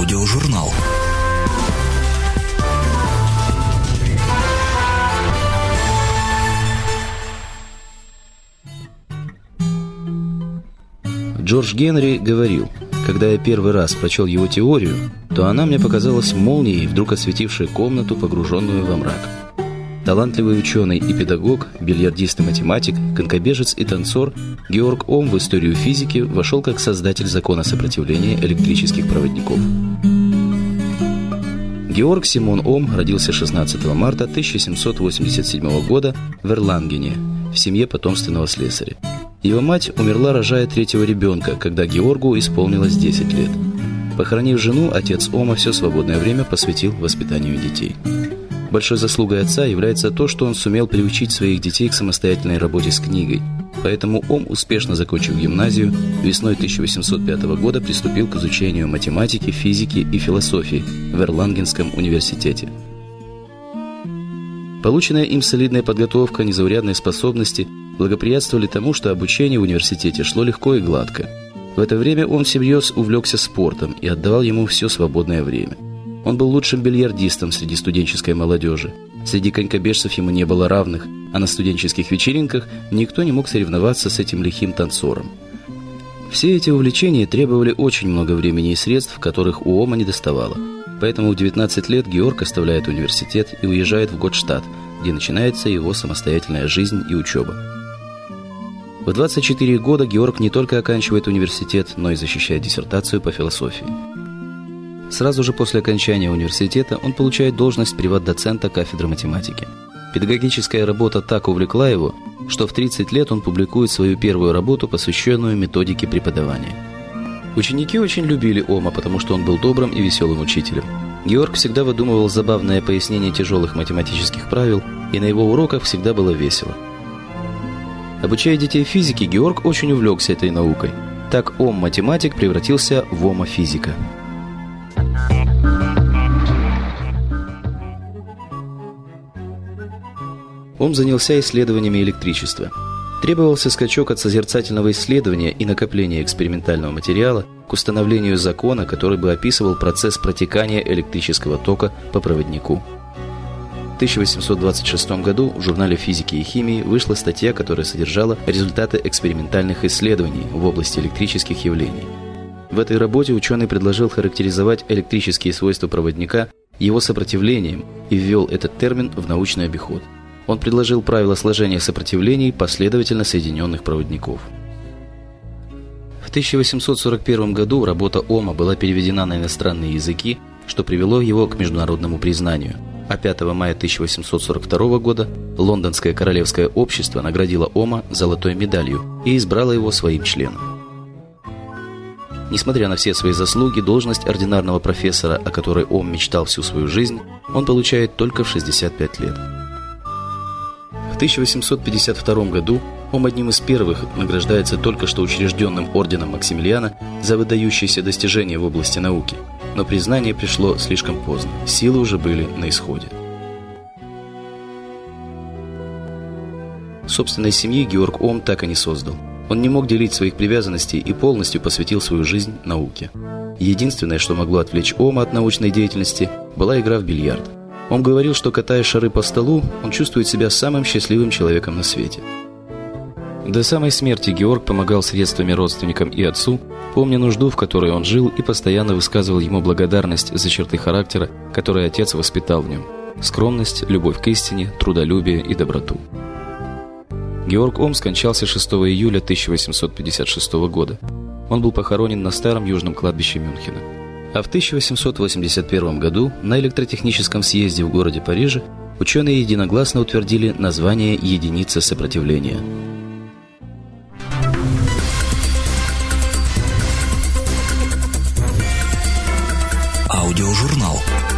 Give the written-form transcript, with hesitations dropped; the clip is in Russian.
Аудиожурнал. Джордж Генри говорил: когда я первый раз прочел его теорию, то она мне показалась молнией, вдруг осветившей комнату, погруженную во мрак. Талантливый ученый и педагог, бильярдист и математик, конькобежец и танцор, Георг Ом в историю физики вошел как создатель закона сопротивления электрических проводников. Георг Симон Ом родился 16 марта 1787 года в Эрлангене, в семье потомственного слесаря. Его мать умерла, рожая третьего ребенка, когда Георгу исполнилось 10 лет. Похоронив жену, отец Ома все свободное время посвятил воспитанию детей. Большой заслугой отца является то, что он сумел приучить своих детей к самостоятельной работе с книгой. Поэтому Ом, успешно закончив гимназию, весной 1805 года приступил к изучению математики, физики и философии в Эрлангенском университете. Полученная им солидная подготовка, незаурядные способности благоприятствовали тому, что обучение в университете шло легко и гладко. В это время он всерьез увлекся спортом и отдавал ему все свободное время. Он был лучшим бильярдистом среди студенческой молодежи. Среди конькобежцев ему не было равных, а на студенческих вечеринках никто не мог соревноваться с этим лихим танцором. Все эти увлечения требовали очень много времени и средств, которых у Ома не доставало. Поэтому в 19 лет Георг оставляет университет и уезжает в Готштадт, где начинается его самостоятельная жизнь и учеба. В 24 года Георг не только оканчивает университет, но и защищает диссертацию по философии. Сразу же после окончания университета он получает должность приват-доцента кафедры математики. Педагогическая работа так увлекла его, что в 30 лет он публикует свою первую работу, посвященную методике преподавания. Ученики очень любили Ома, потому что он был добрым и веселым учителем. Георг всегда выдумывал забавное пояснение тяжелых математических правил, и на его уроках всегда было весело. Обучая детей физике, Георг очень увлекся этой наукой. Так Ом-математик превратился в Ома-физика. Ом занялся исследованиями электричества. Требовался скачок от созерцательного исследования и накопления экспериментального материала к установлению закона, который бы описывал процесс протекания электрического тока по проводнику. В 1826 году в журнале «Физики и химии» вышла статья, которая содержала результаты экспериментальных исследований в области электрических явлений. В этой работе ученый предложил характеризовать электрические свойства проводника его сопротивлением и ввел этот термин в научный обиход. Он предложил правила сложения сопротивлений последовательно соединенных проводников. В 1841 году работа Ома была переведена на иностранные языки, что привело его к международному признанию. А 5 мая 1842 года Лондонское королевское общество наградило Ома золотой медалью и избрало его своим членом. Несмотря на все свои заслуги, должность ординарного профессора, о которой Ом мечтал всю свою жизнь, он получает только в 65 лет. В 1852 году Ом одним из первых награждается только что учрежденным орденом Максимилиана за выдающиеся достижения в области науки. Но признание пришло слишком поздно, силы уже были на исходе. Собственной семьи Георг Ом так и не создал. Он не мог делить своих привязанностей и полностью посвятил свою жизнь науке. Единственное, что могло отвлечь Ома от научной деятельности, была игра в бильярд. Он говорил, что, катая шары по столу, он чувствует себя самым счастливым человеком на свете. До самой смерти Георг помогал средствами родственникам и отцу, помня нужду, в которой он жил, и постоянно высказывал ему благодарность за черты характера, которые отец воспитал в нем: скромность, любовь к истине, трудолюбие и доброту. Георг Ом скончался 6 июля 1856 года. Он был похоронен на старом южном кладбище Мюнхена. А в 1881 году на электротехническом съезде в городе Париже ученые единогласно утвердили название единицы сопротивления. Аудиожурнал.